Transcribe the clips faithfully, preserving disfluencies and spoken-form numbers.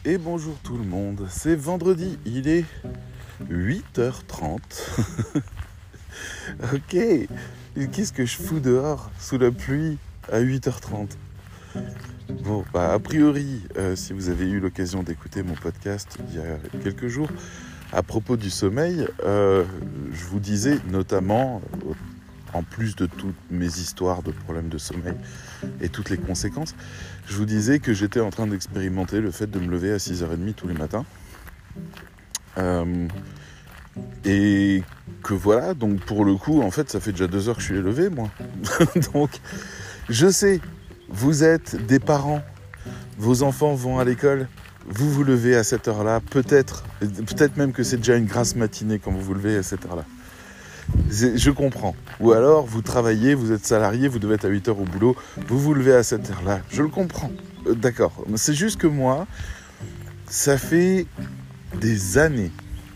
Et bonjour tout le monde, c'est vendredi, il est huit heures trente. Ok, qu'est-ce que je fous dehors sous la pluie à huit heures trente? Bon, bah a priori, euh, si vous avez eu l'occasion d'écouter mon podcast il y a quelques jours, à propos du sommeil, euh, je vous disais notamment, euh, en plus de toutes mes histoires de problèmes de sommeil et toutes les conséquences, je vous disais que j'étais en train d'expérimenter le fait de me lever à six heures trente tous les matins. Euh, et que voilà, donc pour le coup, en fait, ça fait déjà deux heures que je suis levé, moi. Donc, je sais, vous êtes des parents, vos enfants vont à l'école, vous vous levez à cette heure-là, peut-être, peut-être même que c'est déjà une grasse matinée quand vous vous levez à cette heure-là. Je comprends. Ou alors, vous travaillez, vous êtes salarié, vous devez être à huit heures au boulot, vous vous levez à cette heure-là. Je le comprends. Euh, d'accord. C'est juste que moi, ça fait des années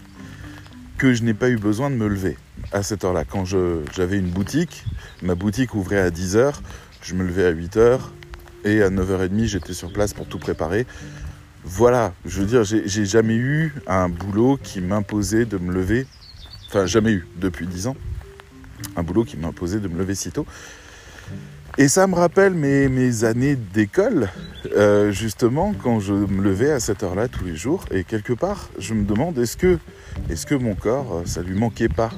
que je n'ai pas eu besoin de me lever à cette heure-là. Quand je, j'avais une boutique, ma boutique ouvrait à dix heures, je me levais à huit heures, et à neuf heures trente, j'étais sur place pour tout préparer. Voilà, je veux dire, j'ai, j'ai jamais eu un boulot qui m'imposait de me lever. Enfin, jamais eu, depuis dix ans, un boulot qui m'imposait de me lever si tôt. Et ça me rappelle mes, mes années d'école, euh, justement, quand je me levais à cette heure-là tous les jours. Et quelque part, je me demande, est-ce que, est-ce que mon corps, ça lui manquait pas?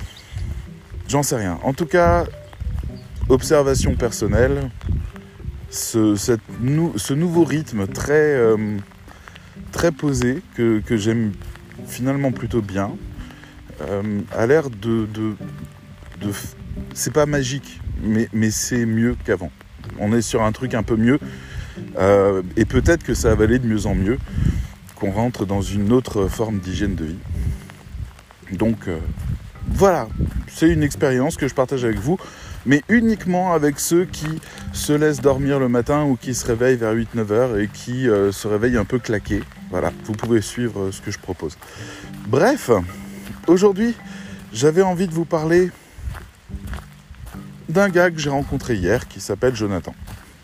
J'en sais rien. En tout cas, observation personnelle, ce, cette nou, ce nouveau rythme très, euh, très posé, que, que j'aime finalement plutôt bien, Euh, a l'air de, de, de... C'est pas magique, mais, mais c'est mieux qu'avant. On est sur un truc un peu mieux, euh, et peut-être que ça va aller de mieux en mieux, qu'on rentre dans une autre forme d'hygiène de vie. Donc, euh, voilà, c'est une expérience que je partage avec vous, mais uniquement avec ceux qui se laissent dormir le matin ou qui se réveillent vers huit neuf heures et qui euh, se réveillent un peu claqués. Voilà, vous pouvez suivre ce que je propose. Bref... Aujourd'hui, j'avais envie de vous parler d'un gars que j'ai rencontré hier qui s'appelle Jonathan.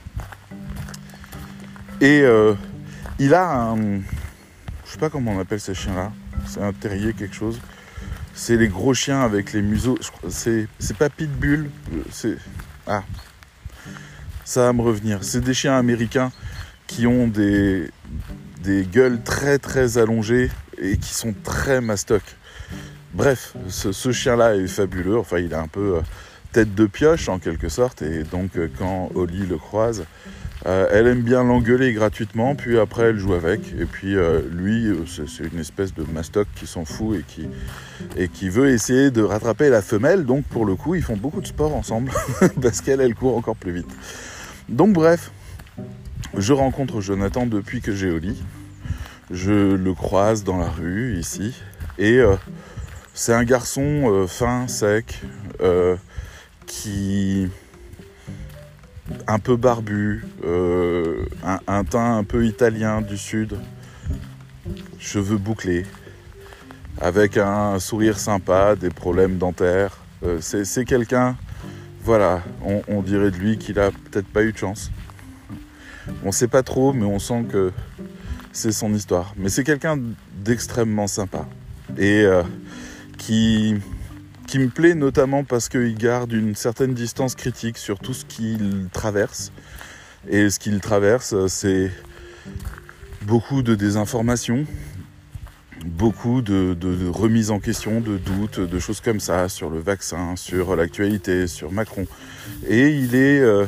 Et euh, il a un... Je sais pas comment on appelle ces chiens-là. C'est un terrier quelque chose. C'est les gros chiens avec les museaux. C'est, c'est pas pitbull. C'est... Ah. Ça va me revenir. C'est des chiens américains qui ont des, des gueules très très allongées et qui sont très mastoc. Bref, ce, ce chien-là est fabuleux. Enfin, il a un peu euh, tête de pioche en quelque sorte. Et donc, euh, quand Oli le croise, euh, elle aime bien l'engueuler gratuitement. Puis après, elle joue avec. Et puis, euh, lui, euh, c'est, c'est une espèce de mastoc qui s'en fout et qui, et qui veut essayer de rattraper la femelle. Donc, pour le coup, ils font beaucoup de sport ensemble parce qu'elle, elle court encore plus vite. Donc, bref, je rencontre Jonathan depuis que j'ai Oli. Je le croise dans la rue, ici. Et... Euh, C'est un garçon euh, fin, sec, euh, qui... un peu barbu, euh, un, un teint un peu italien du sud, cheveux bouclés, avec un sourire sympa, des problèmes dentaires. Euh, c'est, c'est quelqu'un, voilà, on, on dirait de lui qu'il a peut-être pas eu de chance. On sait pas trop, mais on sent que c'est son histoire. Mais c'est quelqu'un d'extrêmement sympa. Et... Euh, Qui, qui me plaît notamment parce qu'il garde une certaine distance critique sur tout ce qu'il traverse. Et ce qu'il traverse, c'est beaucoup de désinformation, beaucoup de, de, de remises en question, de doutes, de choses comme ça, sur le vaccin, sur l'actualité, sur Macron. Et il est euh,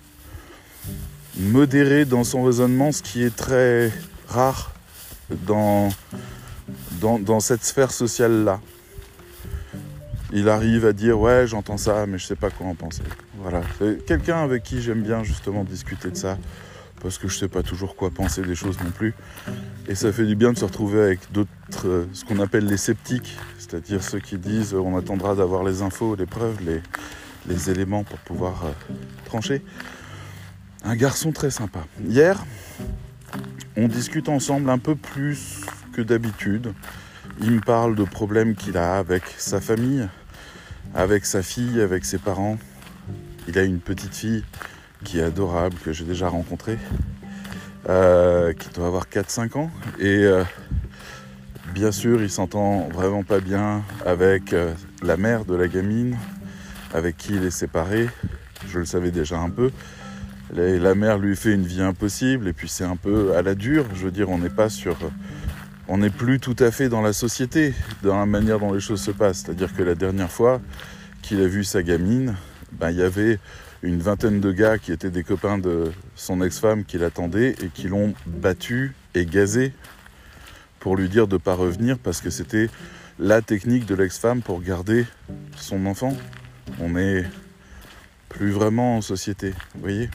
modéré dans son raisonnement, ce qui est très rare dans, dans, dans cette sphère sociale-là. Il arrive à dire « ouais, j'entends ça, mais je sais pas quoi en penser ». Voilà, c'est quelqu'un avec qui j'aime bien justement discuter de ça, parce que je sais pas toujours quoi penser des choses non plus. Et ça fait du bien de se retrouver avec d'autres, euh, ce qu'on appelle les sceptiques, c'est-à-dire ceux qui disent euh, on attendra d'avoir les infos, les preuves, les, les éléments pour pouvoir euh, trancher. Un garçon très sympa. Hier, on discute ensemble un peu plus que d'habitude. Il me parle de problèmes qu'il a avec sa famille, avec sa fille, avec ses parents. Il a une petite fille qui est adorable, que j'ai déjà rencontrée. euh, qui doit avoir quatre cinq ans. Et euh, bien sûr, il s'entend vraiment pas bien avec euh, la mère de la gamine, avec qui il est séparé. Je le savais déjà un peu. La, la mère lui fait une vie impossible, et puis c'est un peu à la dure. Je veux dire, on n'est pas sur... On n'est plus tout à fait dans la société, dans la manière dont les choses se passent. C'est-à-dire que la dernière fois qu'il a vu sa gamine, ben, il y avait une vingtaine de gars qui étaient des copains de son ex-femme qui l'attendaient et qui l'ont battu et gazé pour lui dire de ne pas revenir parce que c'était la technique de l'ex-femme pour garder son enfant. On n'est plus vraiment en société, vous voyez.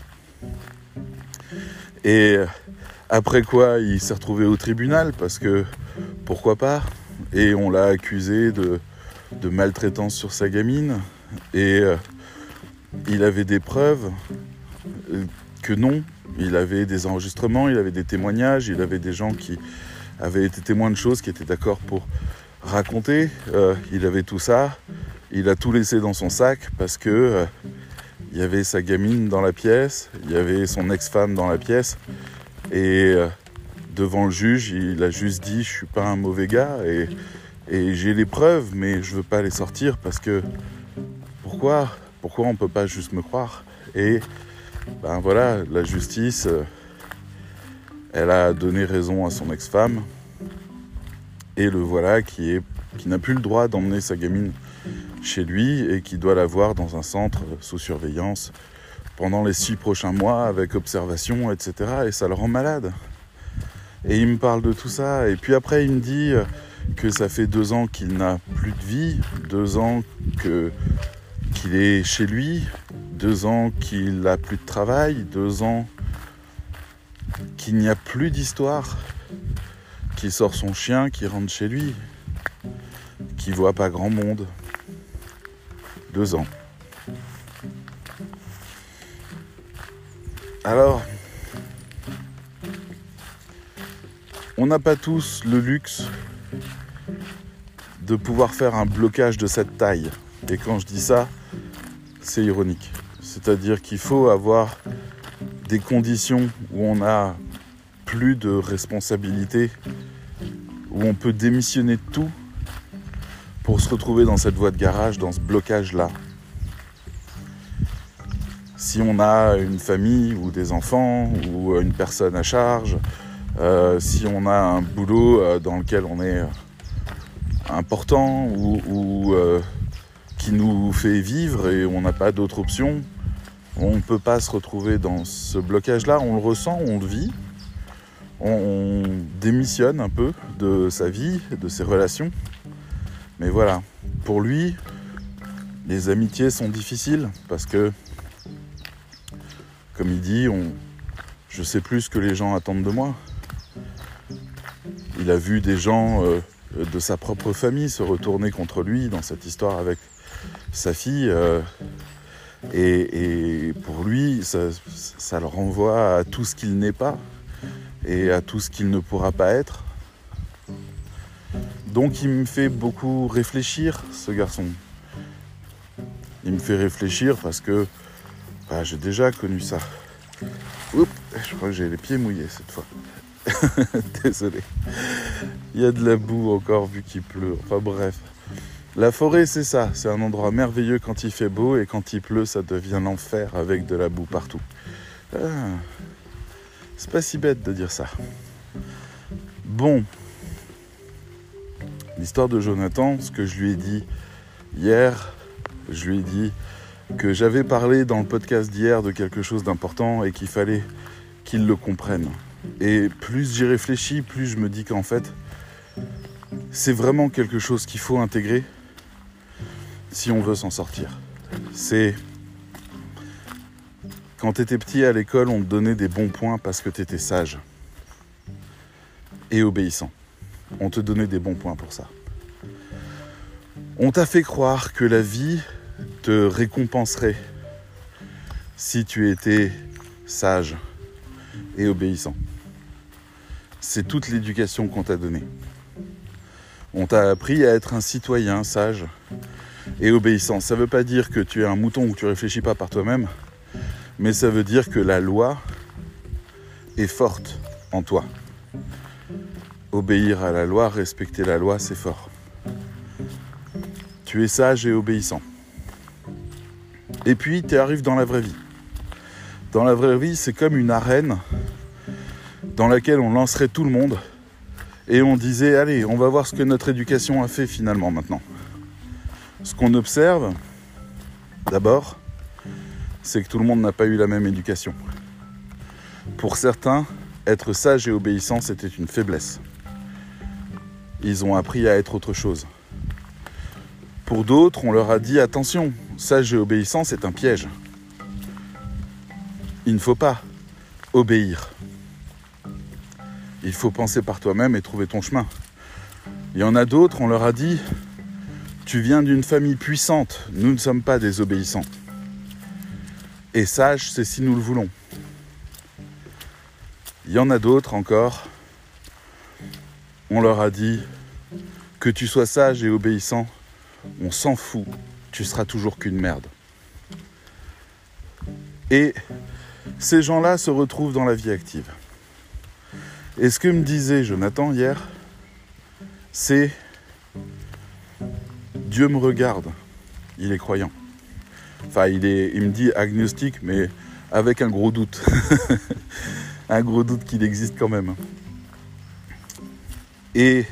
Et après quoi, il s'est retrouvé au tribunal parce que, pourquoi pas, et on l'a accusé de, de maltraitance sur sa gamine. Et euh, il avait des preuves que non. Il avait des enregistrements, il avait des témoignages, il avait des gens qui avaient été témoins de choses, qui étaient d'accord pour raconter. Euh, il avait tout ça. Il a tout laissé dans son sac parce que euh, il y avait sa gamine dans la pièce, il y avait son ex-femme dans la pièce. Et euh, devant le juge, il a juste dit « je suis pas un mauvais gars et, et j'ai les preuves, mais je veux pas les sortir parce que pourquoi Pourquoi on peut pas juste me croire ?» Et ben voilà, la justice, euh, elle a donné raison à son ex-femme et le voilà qui, est, qui n'a plus le droit d'emmener sa gamine chez lui et qui doit la voir dans un centre sous surveillance pendant les six prochains mois avec observation, et cetera. Et ça le rend malade. Et il me parle de tout ça. Et puis après, il me dit que ça fait deux ans qu'il n'a plus de vie, deux ans que, qu'il est chez lui, deux ans qu'il n'a plus de travail, deux ans qu'il n'y a plus d'histoire, qu'il sort son chien, qu'il rentre chez lui, qu'il voit pas grand monde. Deux ans. Alors, on n'a pas tous le luxe de pouvoir faire un blocage de cette taille. Et quand je dis ça, c'est ironique. C'est-à-dire qu'il faut avoir des conditions où on n'a plus de responsabilité, où on peut démissionner de tout pour se retrouver dans cette voie de garage, dans ce blocage-là. Si on a une famille ou des enfants ou une personne à charge, euh, si on a un boulot dans lequel on est important ou, ou euh, qui nous fait vivre et on n'a pas d'autre option, on ne peut pas se retrouver dans ce blocage-là. On le ressent, on le vit, on, on démissionne un peu de sa vie, de ses relations. Mais voilà, pour lui, les amitiés sont difficiles parce que, comme il dit, on, je sais plus ce que les gens attendent de moi. Il a vu des gens euh, de sa propre famille se retourner contre lui dans cette histoire avec sa fille. Euh, et, et pour lui, ça, ça le renvoie à tout ce qu'il n'est pas et à tout ce qu'il ne pourra pas être. Donc il me fait beaucoup réfléchir, ce garçon. Il me fait réfléchir parce que bah, j'ai déjà connu ça. Oups, je crois que j'ai les pieds mouillés cette fois. Désolé. Il y a de la boue encore vu qu'il pleut. Enfin bref. La forêt, c'est ça. C'est un endroit merveilleux quand il fait beau et quand il pleut, ça devient l'enfer avec de la boue partout. Ah, c'est pas si bête de dire ça. Bon. L'histoire de Jonathan, ce que je lui ai dit hier, je lui ai dit que j'avais parlé dans le podcast d'hier de quelque chose d'important et qu'il fallait qu'il le comprenne. Et plus j'y réfléchis, plus je me dis qu'en fait, c'est vraiment quelque chose qu'il faut intégrer si on veut s'en sortir. C'est... Quand t'étais petit à l'école, on te donnait des bons points parce que t'étais sage et obéissant. On te donnait des bons points pour ça. On t'a fait croire que la vie te récompenserait si tu étais sage et obéissant. C'est toute l'éducation qu'on t'a donnée. On t'a appris à être un citoyen sage et obéissant. Ça ne veut pas dire que tu es un mouton ou que tu ne réfléchis pas par toi-même, mais ça veut dire que la loi est forte en toi. Obéir à la loi, respecter la loi, c'est fort. Tu es sage et obéissant. Et puis, tu arrives dans la vraie vie. Dans la vraie vie, c'est comme une arène dans laquelle on lancerait tout le monde et on disait, allez, on va voir ce que notre éducation a fait finalement maintenant. Ce qu'on observe, d'abord, c'est que tout le monde n'a pas eu la même éducation. Pour certains, être sage et obéissant, c'était une faiblesse. Ils ont appris à être autre chose. Pour d'autres, on leur a dit, attention, sage et obéissant, c'est un piège. Il ne faut pas obéir. Il faut penser par toi-même et trouver ton chemin. Il y en a d'autres, on leur a dit, tu viens d'une famille puissante, nous ne sommes pas des obéissants. Et sage, c'est si nous le voulons. Il y en a d'autres encore, on leur a dit, que tu sois sage et obéissant, on s'en fout, tu seras toujours qu'une merde. Et ces gens-là se retrouvent dans la vie active. Et ce que me disait Jonathan hier, c'est Dieu me regarde, il est croyant. Enfin, il, est, il me dit agnostique, mais avec un gros doute. Un gros doute qu'il existe quand même. Et,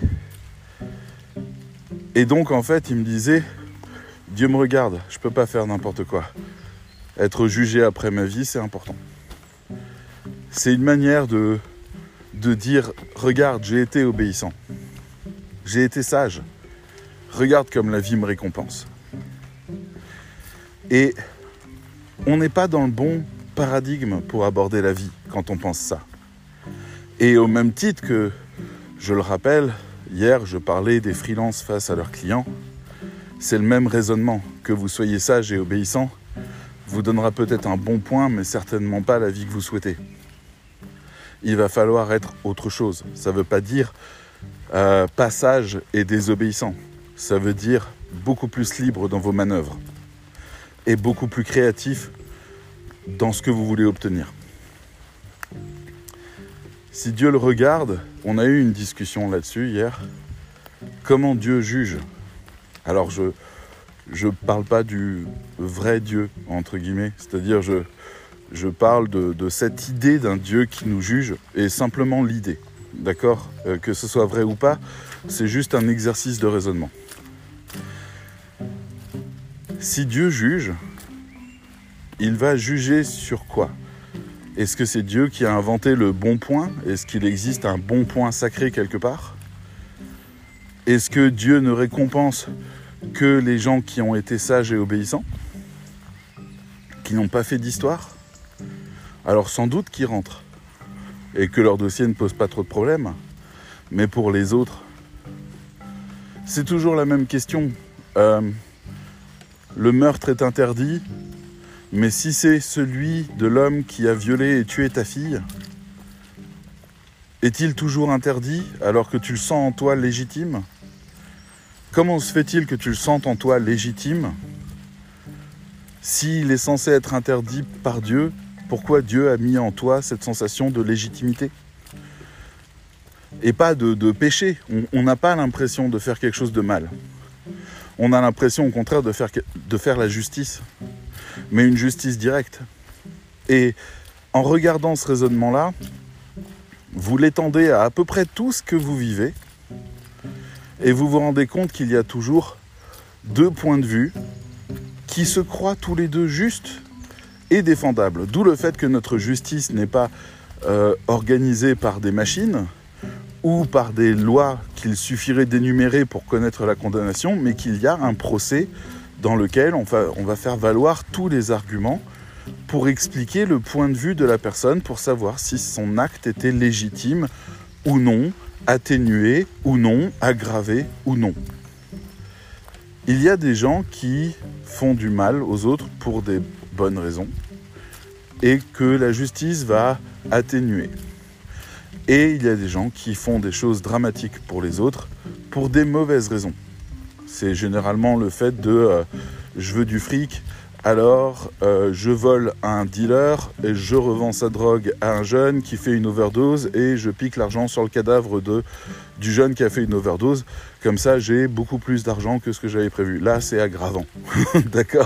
et donc, en fait, il me disait, Dieu me regarde, je ne peux pas faire n'importe quoi. Être jugé après ma vie, c'est important. C'est une manière de, de dire, regarde, j'ai été obéissant. J'ai été sage. Regarde comme la vie me récompense. Et on n'est pas dans le bon paradigme pour aborder la vie quand on pense ça. Et au même titre que, je le rappelle, hier je parlais des freelances face à leurs clients, c'est le même raisonnement. Que vous soyez sage et obéissant vous donnera peut-être un bon point, mais certainement pas la vie que vous souhaitez. Il va falloir être autre chose. Ça ne veut pas dire euh, pas sage et désobéissant. Ça veut dire beaucoup plus libre dans vos manœuvres et beaucoup plus créatif dans ce que vous voulez obtenir. Si Dieu le regarde, on a eu une discussion là-dessus hier. Comment Dieu juge ? Alors je je parle pas du vrai Dieu entre guillemets, c'est-à-dire je je parle de, de cette idée d'un Dieu qui nous juge et simplement l'idée, d'accord ? euh, Que ce soit vrai ou pas, c'est juste un exercice de raisonnement. Si Dieu juge, il va juger sur quoi ? Est-ce que c'est Dieu qui a inventé le bon point ? Est-ce qu'il existe un bon point sacré quelque part ? Est-ce que Dieu ne récompense que les gens qui ont été sages et obéissants ? Qui n'ont pas fait d'histoire ? Alors sans doute qu'ils rentrent. Et que leur dossier ne pose pas trop de problèmes. Mais pour les autres, c'est toujours la même question. Euh, le meurtre est interdit. Mais si c'est celui de l'homme qui a violé et tué ta fille, est-il toujours interdit alors que tu le sens en toi légitime ? Comment se fait-il que tu le sentes en toi légitime ? S'il est censé être interdit par Dieu, pourquoi Dieu a mis en toi cette sensation de légitimité ? Et pas de, de péché. On n'a pas l'impression de faire quelque chose de mal. On a l'impression au contraire de faire, de faire la justice. Mais une justice directe. Et en regardant ce raisonnement-là, vous l'étendez à à peu près tout ce que vous vivez, et vous vous rendez compte qu'il y a toujours deux points de vue qui se croient tous les deux justes et défendables. D'où le fait que notre justice n'est pas euh, organisée par des machines ou par des lois qu'il suffirait d'énumérer pour connaître la condamnation, mais qu'il y a un procès dans lequel on va, on va faire valoir tous les arguments pour expliquer le point de vue de la personne, pour savoir si son acte était légitime ou non, atténué ou non, aggravé ou non. Il y a des gens qui font du mal aux autres pour des bonnes raisons et que la justice va atténuer. Et il y a des gens qui font des choses dramatiques pour les autres pour des mauvaises raisons. C'est généralement le fait de euh, « je veux du fric, alors euh, je vole à un dealer et je revends sa drogue à un jeune qui fait une overdose et je pique l'argent sur le cadavre de, du jeune qui a fait une overdose. Comme ça, j'ai beaucoup plus d'argent que ce que j'avais prévu. Là, c'est aggravant. D'accord ?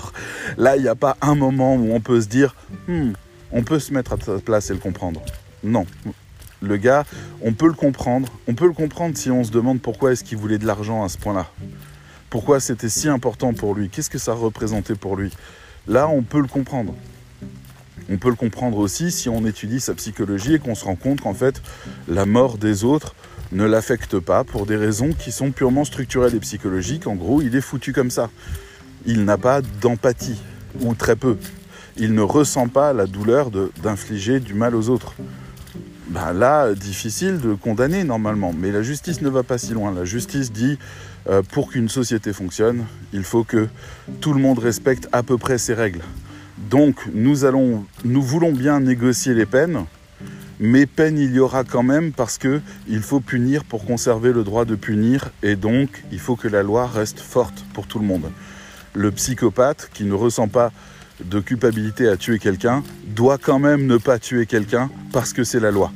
Là, il n'y a pas un moment où on peut se dire hmm, on peut se mettre à sa place et le comprendre. Non. Le gars, on peut le comprendre. On peut le comprendre si on se demande pourquoi est-ce qu'il voulait de l'argent à ce point-là. Pourquoi c'était si important pour lui ? Qu'est-ce que ça représentait pour lui ? Là, on peut le comprendre. On peut le comprendre aussi si on étudie sa psychologie et qu'on se rend compte qu'en fait, la mort des autres ne l'affecte pas pour des raisons qui sont purement structurelles et psychologiques. En gros, il est foutu comme ça. Il n'a pas d'empathie, ou très peu. Il ne ressent pas la douleur de, d'infliger du mal aux autres. Ben là, difficile de condamner normalement. Mais la justice ne va pas si loin. La justice dit... Euh, pour qu'une société fonctionne, il faut que tout le monde respecte à peu près ses règles. Donc, nous, allons, nous voulons bien négocier les peines, mais peine il y aura quand même parce qu'il faut punir pour conserver le droit de punir, et donc il faut que la loi reste forte pour tout le monde. Le psychopathe qui ne ressent pas de culpabilité à tuer quelqu'un doit quand même ne pas tuer quelqu'un parce que c'est la loi.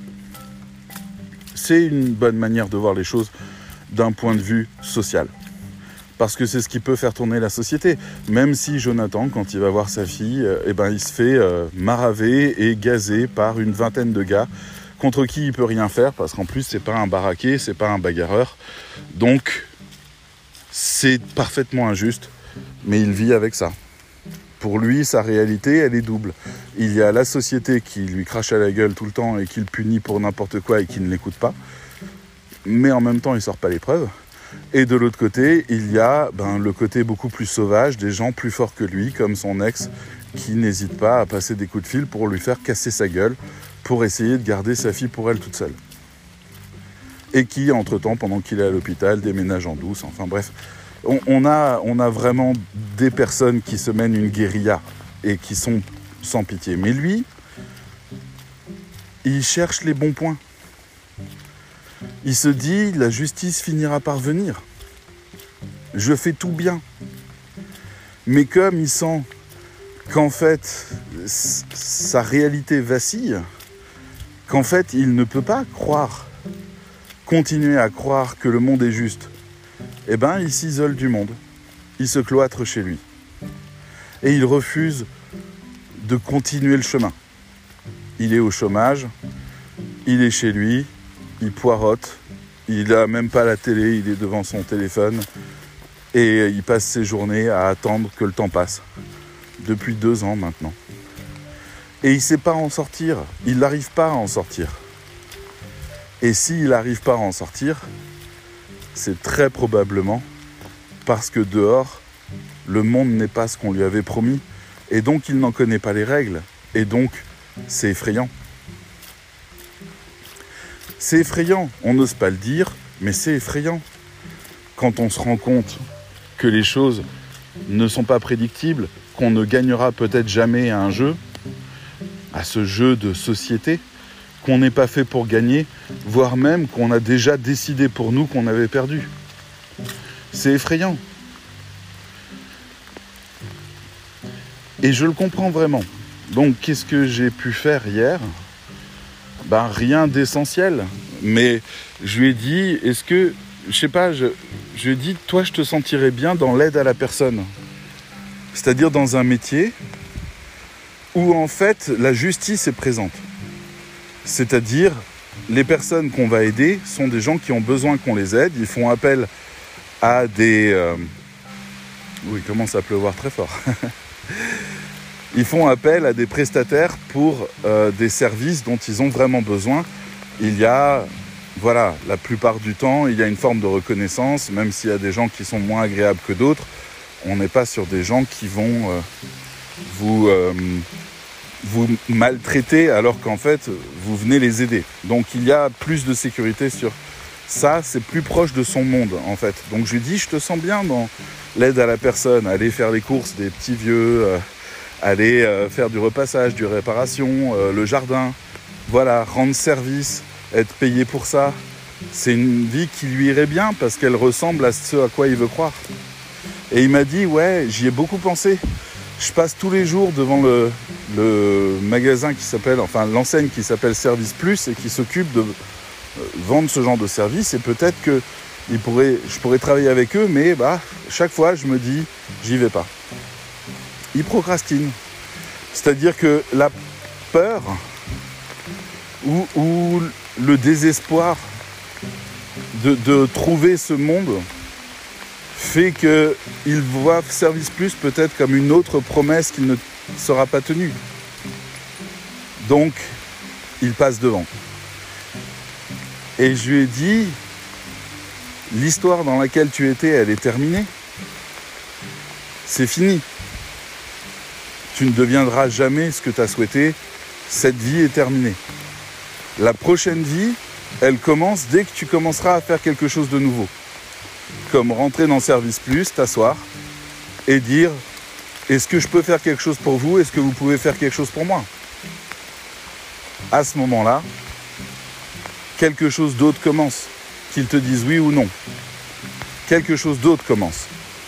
C'est une bonne manière de voir les choses d'un point de vue social. Parce que c'est ce qui peut faire tourner la société. Même si Jonathan, quand il va voir sa fille, euh, eh ben, il se fait euh, maraver et gazer par une vingtaine de gars contre qui il peut rien faire, parce qu'en plus, c'est pas un baraqué, c'est pas un bagarreur. Donc, c'est parfaitement injuste, mais il vit avec ça. Pour lui, sa réalité, elle est double. Il y a la société qui lui crache à la gueule tout le temps et qui le punit pour n'importe quoi et qui ne l'écoute pas. Mais en même temps, il ne sort pas l'épreuve. Et de l'autre côté, il y a ben, le côté beaucoup plus sauvage, des gens plus forts que lui, comme son ex, qui n'hésite pas à passer des coups de fil pour lui faire casser sa gueule, pour essayer de garder sa fille pour elle toute seule. Et qui, entre-temps, pendant qu'il est à l'hôpital, déménage en douce. Enfin bref, on, on, a, on a vraiment des personnes qui se mènent une guérilla et qui sont sans pitié. Mais lui, il cherche les bons points. Il se dit, la justice finira par venir. Je fais tout bien. Mais comme il sent qu'en fait, sa réalité vacille, qu'en fait, il ne peut pas croire, continuer à croire que le monde est juste, eh ben, il s'isole du monde. Il se cloître chez lui. Et il refuse de continuer le chemin. Il est au chômage, il est chez lui, il poirote, il n'a même pas la télé, il est devant son téléphone et il passe ses journées à attendre que le temps passe. Depuis deux ans maintenant. Et il ne sait pas en sortir, il n'arrive pas à en sortir. Et s'il n'arrive pas à en sortir, c'est très probablement parce que dehors, le monde n'est pas ce qu'on lui avait promis et donc il n'en connaît pas les règles et donc c'est effrayant. C'est effrayant, on n'ose pas le dire, mais c'est effrayant. Quand on se rend compte que les choses ne sont pas prédictibles, qu'on ne gagnera peut-être jamais à un jeu, à ce jeu de société, qu'on n'est pas fait pour gagner, voire même qu'on a déjà décidé pour nous qu'on avait perdu. C'est effrayant. Et je le comprends vraiment. Donc, qu'est-ce que j'ai pu faire hier ? Ben, rien d'essentiel. Mais je lui ai dit, est-ce que, je sais pas, je, je lui ai dit, toi, je te sentirais bien dans l'aide à la personne. C'est-à-dire dans un métier où, en fait, la justice est présente. C'est-à-dire, les personnes qu'on va aider sont des gens qui ont besoin qu'on les aide. Ils font appel à des... Euh... Oui, il commence à pleuvoir très fort. Ils font appel à des prestataires pour euh, des services dont ils ont vraiment besoin. Il y a, voilà, la plupart du temps, il y a une forme de reconnaissance, même s'il y a des gens qui sont moins agréables que d'autres. On n'est pas sur des gens qui vont euh, vous, euh, vous maltraiter alors qu'en fait, vous venez les aider. Donc, il y a plus de sécurité sur ça. C'est plus proche de son monde, en fait. Donc, je lui dis, je te sens bien dans l'aide à la personne, aller faire les courses des petits vieux... Euh, aller euh, faire du repassage, du réparation, euh, le jardin, voilà, rendre service, être payé pour ça. C'est une vie qui lui irait bien parce qu'elle ressemble à ce à quoi il veut croire. Et il m'a dit, ouais, j'y ai beaucoup pensé. Je passe tous les jours devant le, le magasin qui s'appelle, enfin l'enseigne qui s'appelle Service Plus et qui s'occupe de euh, vendre ce genre de service. Et peut-être que ils pourraient, je pourrais travailler avec eux, mais bah, chaque fois je me dis, j'y vais pas. Ils procrastinent. C'est-à-dire que la peur ou, ou le désespoir de, de trouver ce monde fait qu'ils voient Service Plus peut-être comme une autre promesse qui ne sera pas tenue. Donc, ils passent devant. Et je lui ai dit, l'histoire dans laquelle tu étais, elle est terminée. C'est fini. Tu ne deviendras jamais ce que tu as souhaité. Cette vie est terminée. La prochaine vie, elle commence dès que tu commenceras à faire quelque chose de nouveau. Comme rentrer dans Service Plus, t'asseoir et dire « Est-ce que je peux faire quelque chose pour vous ? Est-ce que vous pouvez faire quelque chose pour moi ?» À ce moment-là, quelque chose d'autre commence. Qu'ils te disent oui ou non. Quelque chose d'autre commence.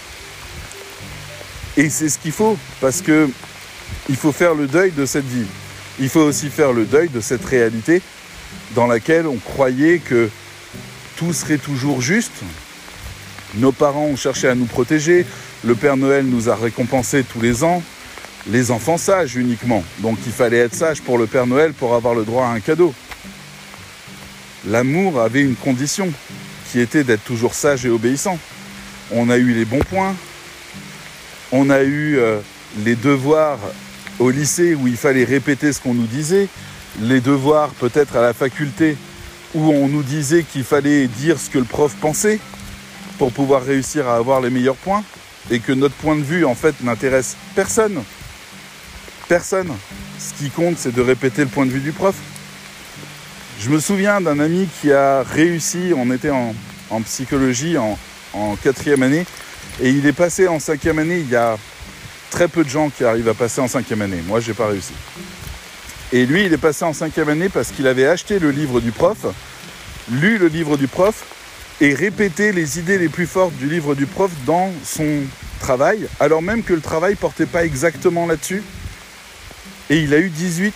Et c'est ce qu'il faut, parce que il faut faire le deuil de cette vie. Il faut aussi faire le deuil de cette réalité dans laquelle on croyait que tout serait toujours juste. Nos parents ont cherché à nous protéger. Le Père Noël nous a récompensés tous les ans. Les enfants sages uniquement. Donc il fallait être sage pour le Père Noël pour avoir le droit à un cadeau. L'amour avait une condition qui était d'être toujours sage et obéissant. On a eu les bons points. On a eu euh, les devoirs au lycée où il fallait répéter ce qu'on nous disait. Les devoirs peut-être à la faculté où on nous disait qu'il fallait dire ce que le prof pensait pour pouvoir réussir à avoir les meilleurs points et que notre point de vue en fait n'intéresse personne. Personne. Ce qui compte, c'est de répéter le point de vue du prof. Je me souviens d'un ami qui a réussi, on était en, en psychologie en, en quatrième année et il est passé en cinquième année. Il y a très peu de gens qui arrivent à passer en cinquième année. Moi, j'ai pas réussi. Et lui, il est passé en cinquième année parce qu'il avait acheté le livre du prof, lu le livre du prof et répété les idées les plus fortes du livre du prof dans son travail, alors même que le travail portait pas exactement là-dessus. Et il a eu dix-huit.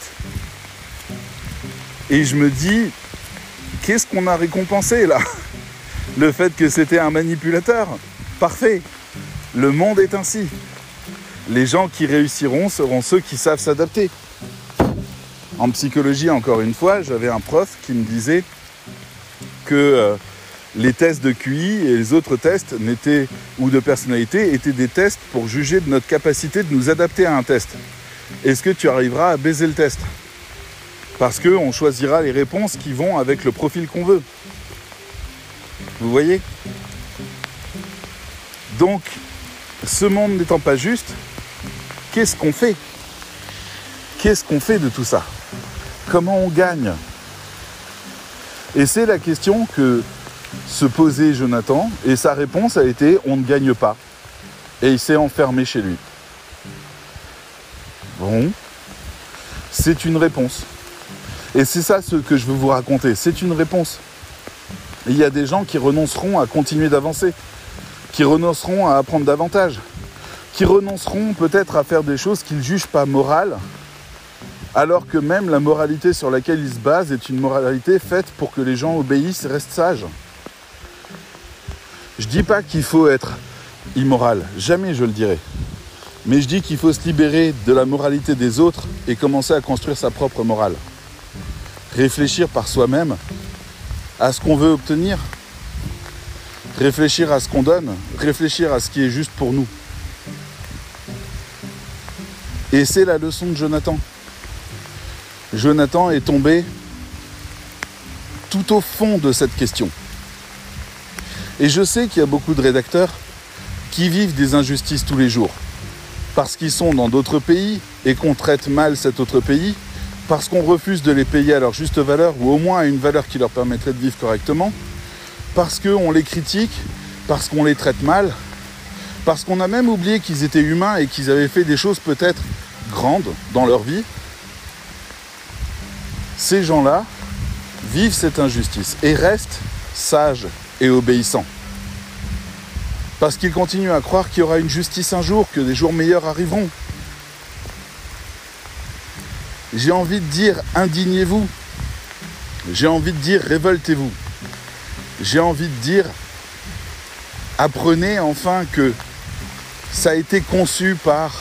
Et je me dis, qu'est-ce qu'on a récompensé là ? Le fait que c'était un manipulateur. Parfait. Le monde est ainsi. Les gens qui réussiront seront ceux qui savent s'adapter. En psychologie, encore une fois, j'avais un prof qui me disait que euh, les tests de Q I et les autres tests n'étaient, ou de personnalité étaient des tests pour juger de notre capacité de nous adapter à un test. Est-ce que tu arriveras à baiser le test ? Parce qu'on choisira les réponses qui vont avec le profil qu'on veut. Vous voyez ? Donc, ce monde n'étant pas juste, qu'est-ce qu'on fait ? Qu'est-ce qu'on fait de tout ça ? Comment on gagne ? Et c'est la question que se posait Jonathan, et sa réponse a été « on ne gagne pas ». Et il s'est enfermé chez lui. Bon, c'est une réponse. Et c'est ça ce que je veux vous raconter, c'est une réponse. Et il y a des gens qui renonceront à continuer d'avancer, qui renonceront à apprendre davantage, qui renonceront peut-être à faire des choses qu'ils ne jugent pas morales, alors que même la moralité sur laquelle ils se basent est une moralité faite pour que les gens obéissent et restent sages. Je dis pas qu'il faut être immoral, jamais je le dirai. Mais je dis qu'il faut se libérer de la moralité des autres et commencer à construire sa propre morale. Réfléchir par soi-même à ce qu'on veut obtenir. Réfléchir à ce qu'on donne. Réfléchir à ce qui est juste pour nous. Et c'est la leçon de Jonathan. Jonathan est tombé tout au fond de cette question. Et je sais qu'il y a beaucoup de rédacteurs qui vivent des injustices tous les jours. Parce qu'ils sont dans d'autres pays et qu'on traite mal cet autre pays, parce qu'on refuse de les payer à leur juste valeur ou au moins à une valeur qui leur permettrait de vivre correctement, parce qu'on les critique, parce qu'on les traite mal, parce qu'on a même oublié qu'ils étaient humains et qu'ils avaient fait des choses peut-être grandes dans leur vie. Ces gens-là vivent cette injustice et restent sages et obéissants. Parce qu'ils continuent à croire qu'il y aura une justice un jour, que des jours meilleurs arriveront. J'ai envie de dire indignez-vous. J'ai envie de dire révoltez-vous. J'ai envie de dire apprenez enfin que ça a été conçu par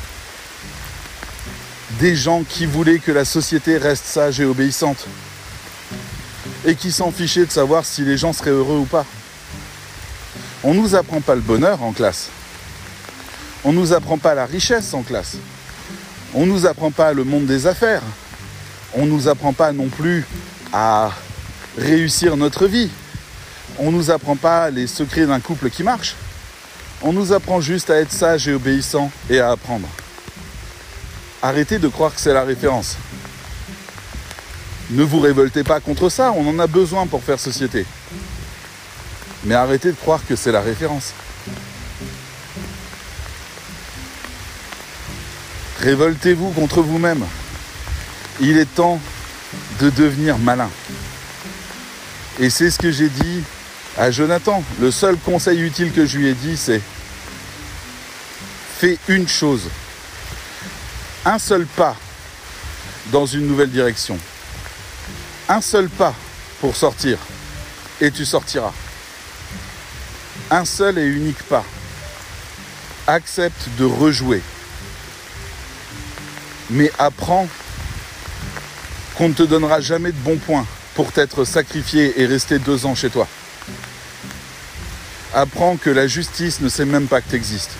des gens qui voulaient que la société reste sage et obéissante et qui s'en fichaient de savoir si les gens seraient heureux ou pas. On ne nous apprend pas le bonheur en classe. On ne nous apprend pas la richesse en classe. On ne nous apprend pas le monde des affaires. On ne nous apprend pas non plus à réussir notre vie. On ne nous apprend pas les secrets d'un couple qui marche. On nous apprend juste à être sage et obéissant et à apprendre. Arrêtez de croire que c'est la référence. Ne vous révoltez pas contre ça, on en a besoin pour faire société. Mais arrêtez de croire que c'est la référence. Révoltez-vous contre vous-même. Il est temps de devenir malin. Et c'est ce que j'ai dit à Jonathan. Le seul conseil utile que je lui ai dit, c'est fais une chose. Un seul pas dans une nouvelle direction. Un seul pas pour sortir. Et tu sortiras. Un seul et unique pas. Accepte de rejouer. Mais apprends qu'on ne te donnera jamais de bons points pour t'être sacrifié et rester deux ans chez toi. Apprends que la justice ne sait même pas que tu existes.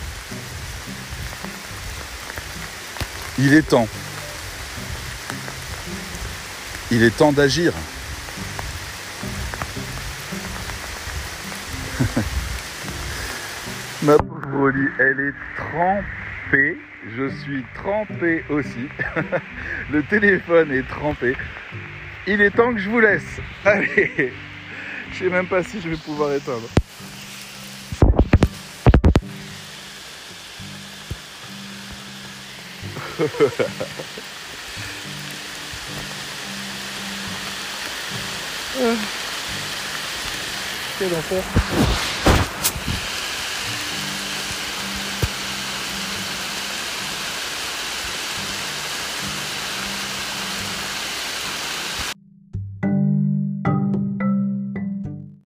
Il est temps. Il est temps d'agir. Ma pauvre Broly, elle est trempée. Je suis trempé aussi. Le téléphone est trempé. Il est temps que je vous laisse. Allez. Je sais même pas si je vais pouvoir éteindre. Quel enfer.